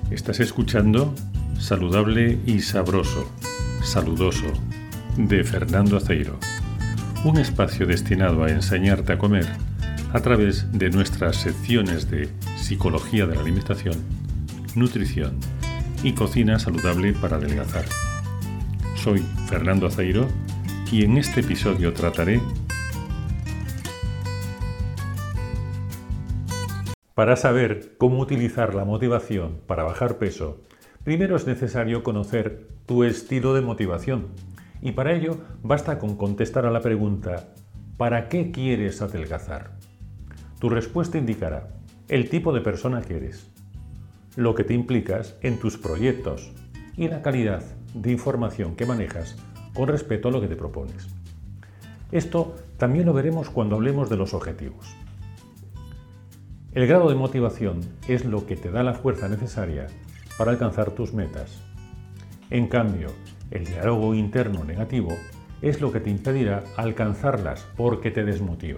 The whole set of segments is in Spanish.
Estás escuchando Saludable y Sabroso, Saludoso, de Fernando Aceiro, un espacio destinado a enseñarte a comer a través de nuestras secciones de Psicología de la Alimentación, Nutrición y Cocina Saludable para Adelgazar. Soy Fernando Aceiro y en este episodio trataré para saber cómo utilizar la motivación para bajar peso. Primero es necesario conocer tu estilo de motivación y para ello basta con contestar a la pregunta ¿para qué quieres adelgazar? Tu respuesta indicará el tipo de persona que eres, lo que te implicas en tus proyectos y la calidad de información que manejas con respecto a lo que te propones. Esto también lo veremos cuando hablemos de los objetivos. El grado de motivación es lo que te da la fuerza necesaria para alcanzar tus metas. En cambio, el diálogo interno negativo es lo que te impedirá alcanzarlas porque te desmotiva.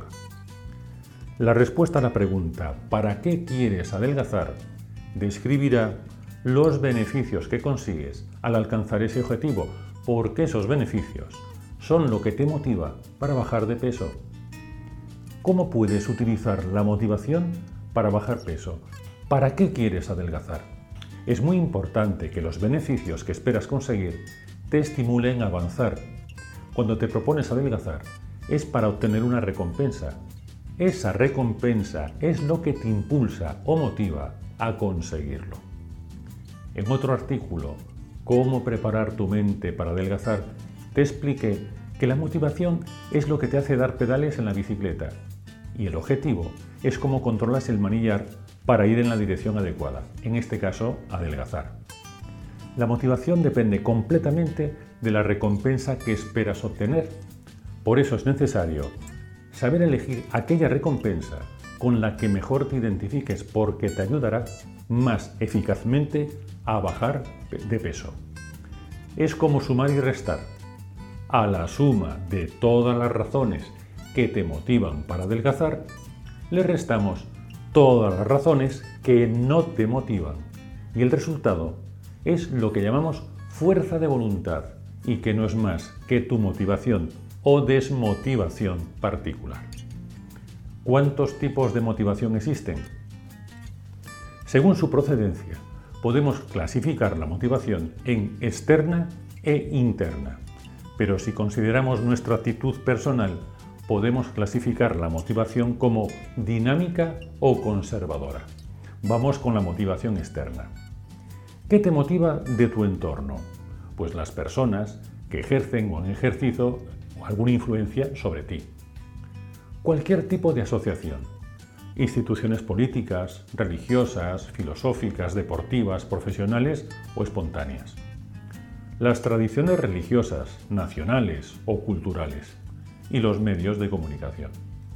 La respuesta a la pregunta ¿para qué quieres adelgazar? Describirá los beneficios que consigues al alcanzar ese objetivo, porque esos beneficios son lo que te motiva para bajar de peso. ¿Cómo puedes utilizar la motivación para bajar peso? ¿Para qué quieres adelgazar? Es muy importante que los beneficios que esperas conseguir te estimulen a avanzar. Cuando te propones adelgazar, es para obtener una recompensa. Esa recompensa es lo que te impulsa o motiva a conseguirlo. En otro artículo, Cómo preparar tu mente para adelgazar, te expliqué que la motivación es lo que te hace dar pedales en la bicicleta y el objetivo es cómo controlas el manillar para ir en la dirección adecuada, en este caso, adelgazar. La motivación depende completamente de la recompensa que esperas obtener. Por eso es necesario saber elegir aquella recompensa con la que mejor te identifiques porque te ayudará más eficazmente a bajar de peso. Es como sumar y restar. A la suma de todas las razones que te motivan para adelgazar, le restamos todas las razones que no te motivan y el resultado es lo que llamamos fuerza de voluntad y que no es más que tu motivación o desmotivación particular. ¿Cuántos tipos de motivación existen? Según su procedencia, podemos clasificar la motivación en externa e interna, pero si consideramos nuestra actitud personal, podemos clasificar la motivación como dinámica o conservadora. Vamos con la motivación externa. ¿Qué te motiva de tu entorno? Pues las personas que ejercen o han ejercido alguna influencia sobre ti. Cualquier tipo de asociación, instituciones políticas, religiosas, filosóficas, deportivas, profesionales o espontáneas. Las tradiciones religiosas, nacionales o culturales y los medios de comunicación.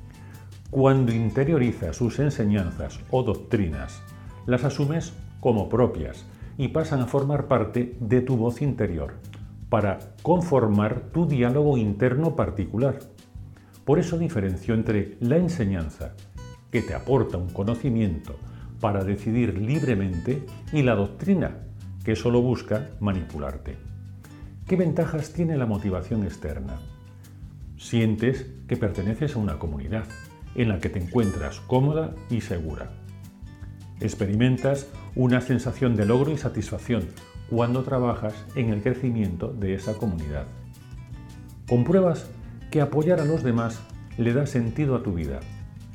Cuando interiorizas sus enseñanzas o doctrinas, las asumes como propias y pasan a formar parte de tu voz interior para conformar tu diálogo interno particular. Por eso diferencio entre la enseñanza, que te aporta un conocimiento para decidir libremente, y la doctrina, que solo busca manipularte. ¿Qué ventajas tiene la motivación externa? Sientes que perteneces a una comunidad en la que te encuentras cómoda y segura. Experimentas una sensación de logro y satisfacción cuando trabajas en el crecimiento de esa comunidad. Compruebas que apoyar a los demás le da sentido a tu vida.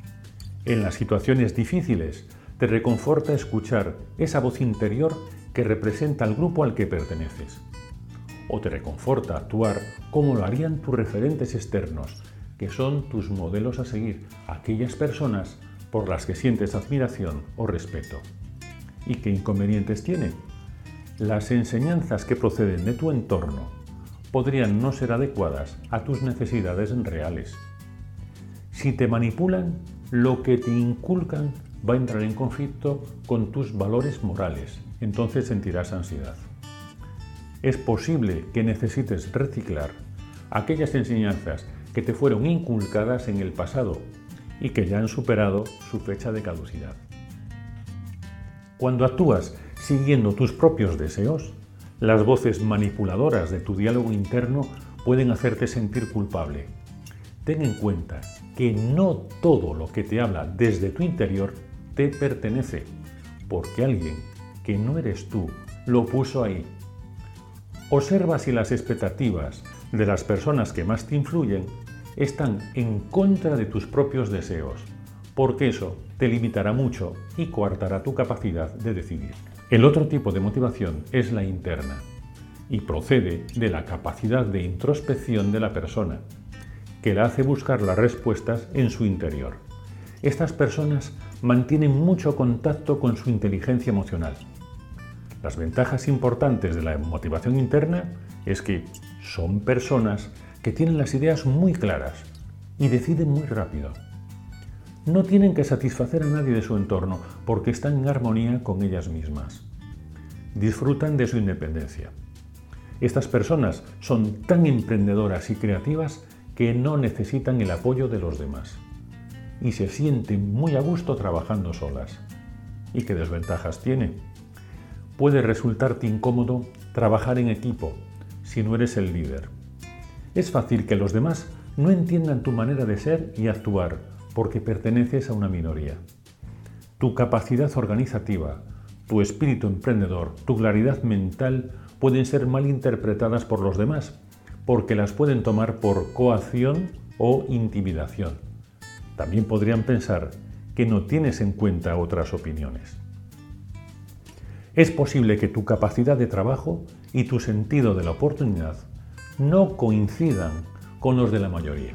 En las situaciones difíciles te reconforta escuchar esa voz interior que representa al grupo al que perteneces. O te reconforta actuar como lo harían tus referentes externos, que son tus modelos a seguir, aquellas personas por las que sientes admiración o respeto. ¿Y qué inconvenientes tiene? Las enseñanzas que proceden de tu entorno podrían no ser adecuadas a tus necesidades reales. Si te manipulan, lo que te inculcan va a entrar en conflicto con tus valores morales, entonces sentirás ansiedad. Es posible que necesites reciclar aquellas enseñanzas que te fueron inculcadas en el pasado y que ya han superado su fecha de caducidad. Cuando actúas siguiendo tus propios deseos, las voces manipuladoras de tu diálogo interno pueden hacerte sentir culpable. Ten en cuenta que no todo lo que te habla desde tu interior te pertenece, porque alguien que no eres tú lo puso ahí. Observa si las expectativas de las personas que más te influyen están en contra de tus propios deseos, porque eso te limitará mucho y coartará tu capacidad de decidir. El otro tipo de motivación es la interna y procede de la capacidad de introspección de la persona, que la hace buscar las respuestas en su interior. Estas personas mantienen mucho contacto con su inteligencia emocional. Las ventajas importantes de la motivación interna es que son personas que tienen las ideas muy claras y deciden muy rápido. No tienen que satisfacer a nadie de su entorno porque están en armonía con ellas mismas. Disfrutan de su independencia. Estas personas son tan emprendedoras y creativas que no necesitan el apoyo de los demás y se sienten muy a gusto trabajando solas. ¿Y qué desventajas tiene? Puede resultarte incómodo trabajar en equipo si no eres el líder. Es fácil que los demás no entiendan tu manera de ser y actuar porque perteneces a una minoría. Tu capacidad organizativa, tu espíritu emprendedor, tu claridad mental pueden ser mal interpretadas por los demás porque las pueden tomar por coacción o intimidación. También podrían pensar que no tienes en cuenta otras opiniones. Es posible que tu capacidad de trabajo y tu sentido de la oportunidad no coincidan con los de la mayoría.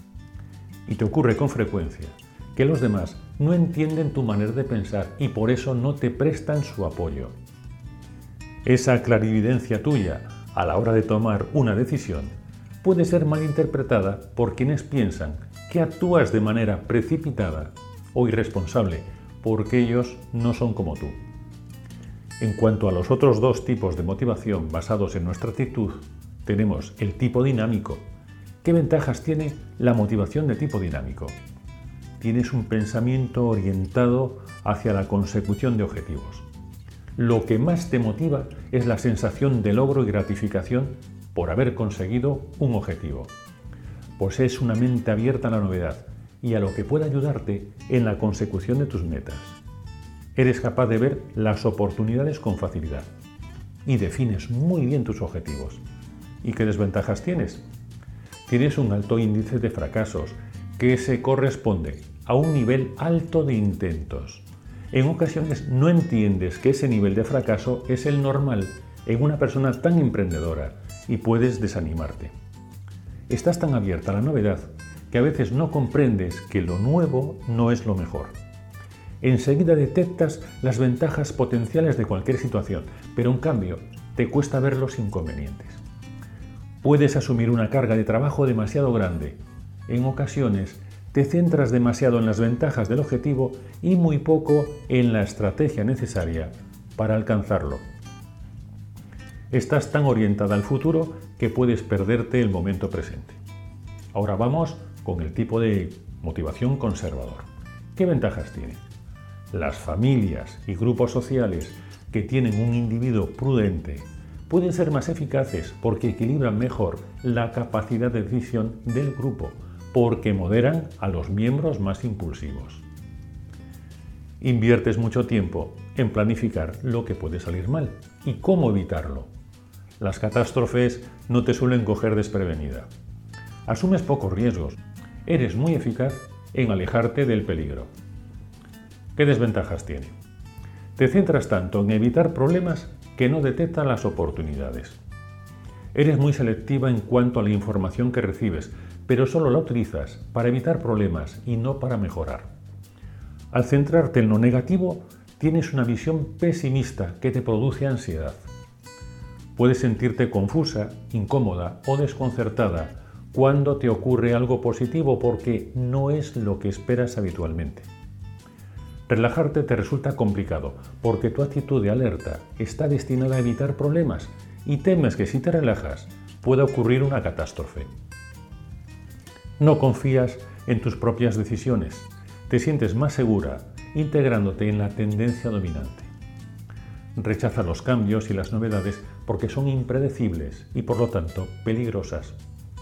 Y te ocurre con frecuencia que los demás no entienden tu manera de pensar y por eso no te prestan su apoyo. Esa clarividencia tuya a la hora de tomar una decisión puede ser malinterpretada por quienes piensan que actúas de manera precipitada o irresponsable porque ellos no son como tú. En cuanto a los otros dos tipos de motivación basados en nuestra actitud, tenemos el tipo dinámico. ¿Qué ventajas tiene la motivación de tipo dinámico? Tienes un pensamiento orientado hacia la consecución de objetivos. Lo que más te motiva es la sensación de logro y gratificación por haber conseguido un objetivo. Posees una mente abierta a la novedad y a lo que pueda ayudarte en la consecución de tus metas. Eres capaz de ver las oportunidades con facilidad y defines muy bien tus objetivos. ¿Y qué desventajas tienes? Tienes un alto índice de fracasos que se corresponde a un nivel alto de intentos. En ocasiones no entiendes que ese nivel de fracaso es el normal en una persona tan emprendedora y puedes desanimarte. Estás tan abierta a la novedad que a veces no comprendes que lo nuevo no es lo mejor. Enseguida detectas las ventajas potenciales de cualquier situación, pero en cambio te cuesta ver los inconvenientes. Puedes asumir una carga de trabajo demasiado grande. En ocasiones te centras demasiado en las ventajas del objetivo y muy poco en la estrategia necesaria para alcanzarlo. Estás tan orientada al futuro que puedes perderte el momento presente. Ahora vamos con el tipo de motivación conservador. ¿Qué ventajas tiene? Las familias y grupos sociales que tienen un individuo prudente pueden ser más eficaces porque equilibran mejor la capacidad de decisión del grupo, porque moderan a los miembros más impulsivos. Inviertes mucho tiempo en planificar lo que puede salir mal y cómo evitarlo. Las catástrofes no te suelen coger desprevenida. Asumes pocos riesgos. Eres muy eficaz en alejarte del peligro. ¿Qué desventajas tiene? Te centras tanto en evitar problemas que no detectas las oportunidades. Eres muy selectiva en cuanto a la información que recibes, pero solo la utilizas para evitar problemas y no para mejorar. Al centrarte en lo negativo, tienes una visión pesimista que te produce ansiedad. Puedes sentirte confusa, incómoda o desconcertada cuando te ocurre algo positivo porque no es lo que esperas habitualmente. Relajarte te resulta complicado porque tu actitud de alerta está destinada a evitar problemas y temes que si te relajas pueda ocurrir una catástrofe. No confías en tus propias decisiones, te sientes más segura integrándote en la tendencia dominante. Rechaza los cambios y las novedades porque son impredecibles y por lo tanto peligrosas.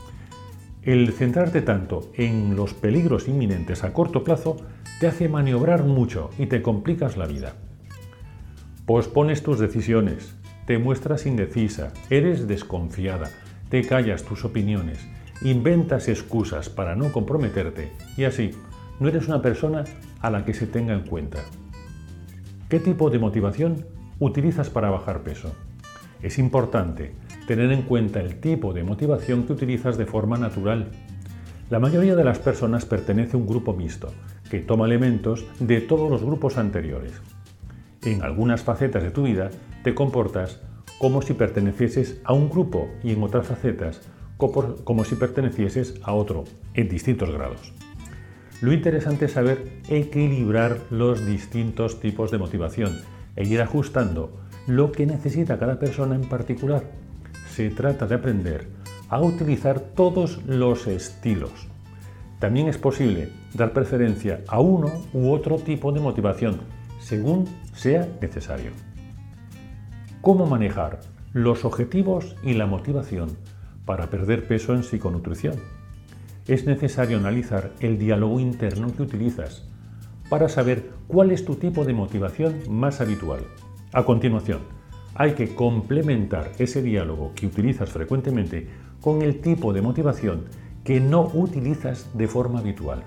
El centrarte tanto en los peligros inminentes a corto plazo te hace maniobrar mucho y te complicas la vida. Pospones tus decisiones, te muestras indecisa, eres desconfiada, te callas tus opiniones, inventas excusas para no comprometerte y así no eres una persona a la que se tenga en cuenta. ¿Qué tipo de motivación utilizas para bajar peso? Es importante tener en cuenta el tipo de motivación que utilizas de forma natural. La mayoría de las personas pertenece a un grupo mixto, que toma elementos de todos los grupos anteriores. En algunas facetas de tu vida te comportas como si pertenecieses a un grupo y en otras facetas como si pertenecieses a otro, en distintos grados. Lo interesante es saber equilibrar los distintos tipos de motivación e ir ajustando lo que necesita cada persona en particular. Se trata de aprender a utilizar todos los estilos. También es posible dar preferencia a uno u otro tipo de motivación, según sea necesario. ¿Cómo manejar los objetivos y la motivación para perder peso en psiconutrición? Es necesario analizar el diálogo interno que utilizas para saber cuál es tu tipo de motivación más habitual. A continuación, hay que complementar ese diálogo que utilizas frecuentemente con el tipo de motivación que no utilizas de forma habitual.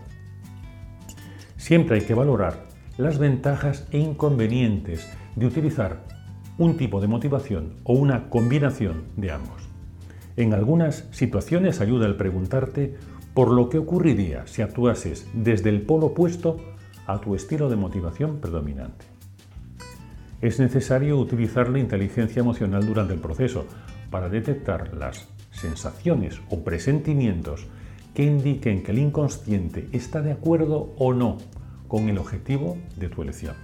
Siempre hay que valorar las ventajas e inconvenientes de utilizar un tipo de motivación o una combinación de ambos. En algunas situaciones ayuda el preguntarte por lo que ocurriría si actuases desde el polo opuesto a tu estilo de motivación predominante. Es necesario utilizar la inteligencia emocional durante el proceso para detectar las sensaciones o presentimientos que indiquen que el inconsciente está de acuerdo o no con el objetivo de tu elección.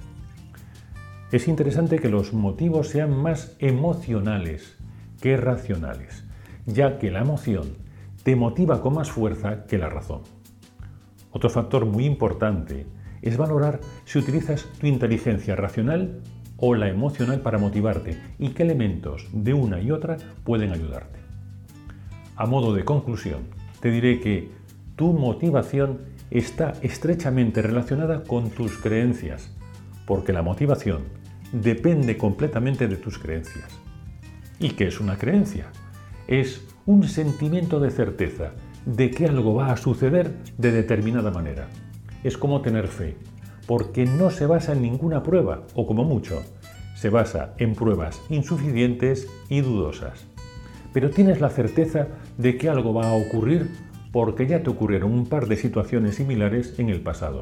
Es interesante que los motivos sean más emocionales que racionales, ya que la emoción te motiva con más fuerza que la razón. Otro factor muy importante es valorar si utilizas tu inteligencia racional o la emocional para motivarte y qué elementos de una y otra pueden ayudarte. A modo de conclusión, te diré que tu motivación está estrechamente relacionada con tus creencias, porque la motivación depende completamente de tus creencias. ¿Y qué es una creencia? Es un sentimiento de certeza de que algo va a suceder de determinada manera. Es como tener fe, porque no se basa en ninguna prueba, o como mucho, se basa en pruebas insuficientes y dudosas. Pero tienes la certeza de que algo va a ocurrir porque ya te ocurrieron un par de situaciones similares en el pasado.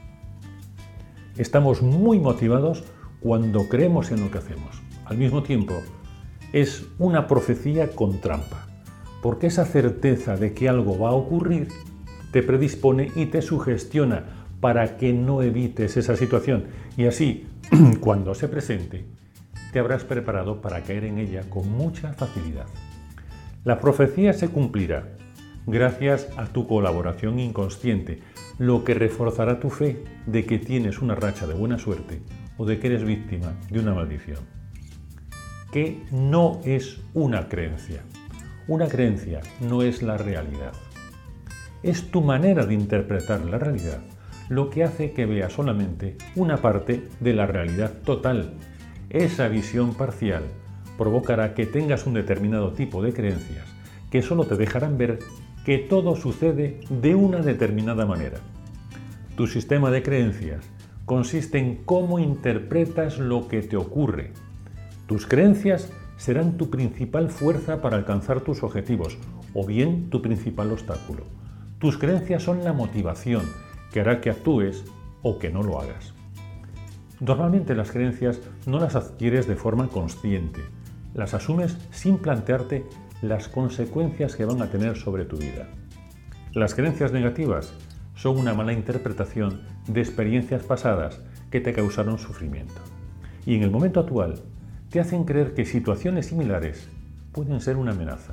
Estamos muy motivados cuando creemos en lo que hacemos. Al mismo tiempo, es una profecía con trampa, porque esa certeza de que algo va a ocurrir te predispone y te sugestiona para que no evites esa situación y así, cuando se presente, te habrás preparado para caer en ella con mucha facilidad. La profecía se cumplirá gracias a tu colaboración inconsciente, lo que reforzará tu fe de que tienes una racha de buena suerte o de que eres víctima de una maldición. ¿Qué no es una creencia? Una creencia no es la realidad. Es tu manera de interpretar la realidad lo que hace que veas solamente una parte de la realidad total. Esa visión parcial provocará que tengas un determinado tipo de creencias que solo te dejarán ver que todo sucede de una determinada manera. Tu sistema de creencias consiste en cómo interpretas lo que te ocurre. Tus creencias serán tu principal fuerza para alcanzar tus objetivos o bien tu principal obstáculo. Tus creencias son la motivación que hará que actúes o que no lo hagas. Normalmente las creencias no las adquieres de forma consciente, las asumes sin plantearte las consecuencias que van a tener sobre tu vida. Las creencias negativas son una mala interpretación de experiencias pasadas que te causaron sufrimiento y en el momento actual te hacen creer que situaciones similares pueden ser una amenaza.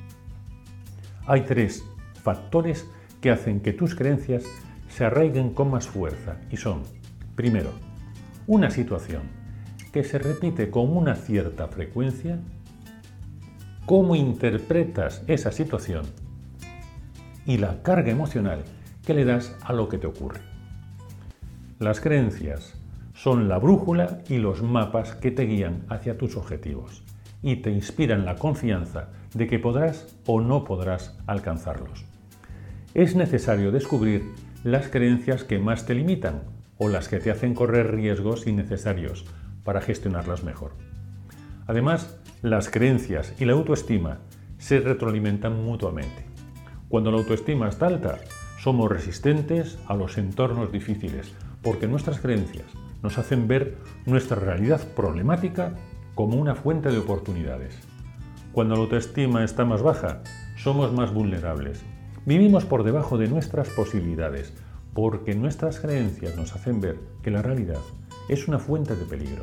Hay 3 factores que hacen que tus creencias se arraiguen con más fuerza y son, primero, una situación que se repite con una cierta frecuencia, cómo interpretas esa situación y la carga emocional que le das a lo que te ocurre. Las creencias son la brújula y los mapas que te guían hacia tus objetivos y te inspiran la confianza de que podrás o no podrás alcanzarlos. Es necesario descubrir las creencias que más te limitan o las que te hacen correr riesgos innecesarios para gestionarlas mejor. Además, las creencias y la autoestima se retroalimentan mutuamente. Cuando la autoestima está alta, somos resistentes a los entornos difíciles porque nuestras creencias nos hacen ver nuestra realidad problemática como una fuente de oportunidades. Cuando la autoestima está más baja, somos más vulnerables. Vivimos por debajo de nuestras posibilidades porque nuestras creencias nos hacen ver que la realidad es una fuente de peligro.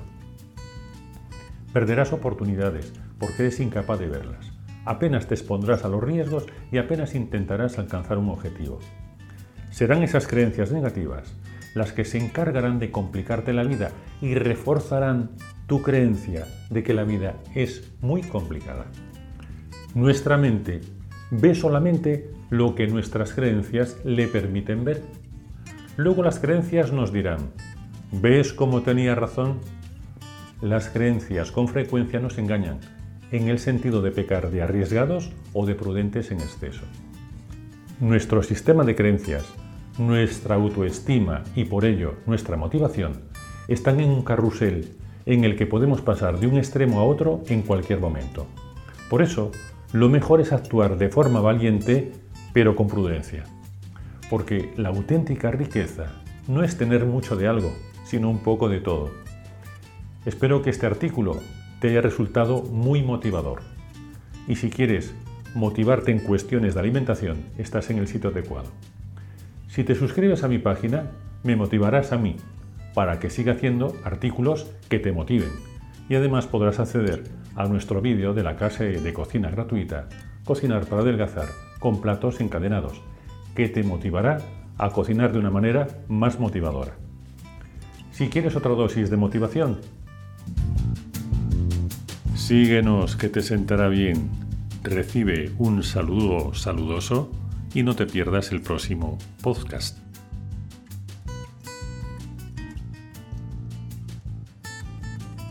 Perderás oportunidades porque eres incapaz de verlas. Apenas te expondrás a los riesgos y apenas intentarás alcanzar un objetivo. Serán esas creencias negativas las que se encargarán de complicarte la vida y reforzarán tu creencia de que la vida es muy complicada. Nuestra mente ve solamente lo que nuestras creencias le permiten ver. Luego las creencias nos dirán, ¿ves cómo tenía razón? Las creencias con frecuencia nos engañan, en el sentido de pecar de arriesgados o de prudentes en exceso. Nuestro sistema de creencias, nuestra autoestima y por ello nuestra motivación están en un carrusel en el que podemos pasar de un extremo a otro en cualquier momento. Por eso, lo mejor es actuar de forma valiente, pero con prudencia. Porque la auténtica riqueza no es tener mucho de algo, sino un poco de todo. Espero que este artículo te haya resultado muy motivador. Y si quieres motivarte en cuestiones de alimentación, estás en el sitio adecuado. Si te suscribes a mi página, me motivarás a mí para que siga haciendo artículos que te motiven. Y además podrás acceder a nuestro vídeo de la clase de cocina gratuita, Cocinar para adelgazar, con platos encadenados, que te motivará a cocinar de una manera más motivadora. Si quieres otra dosis de motivación, síguenos que te sentará bien. Recibe un saludo saludoso y no te pierdas el próximo podcast.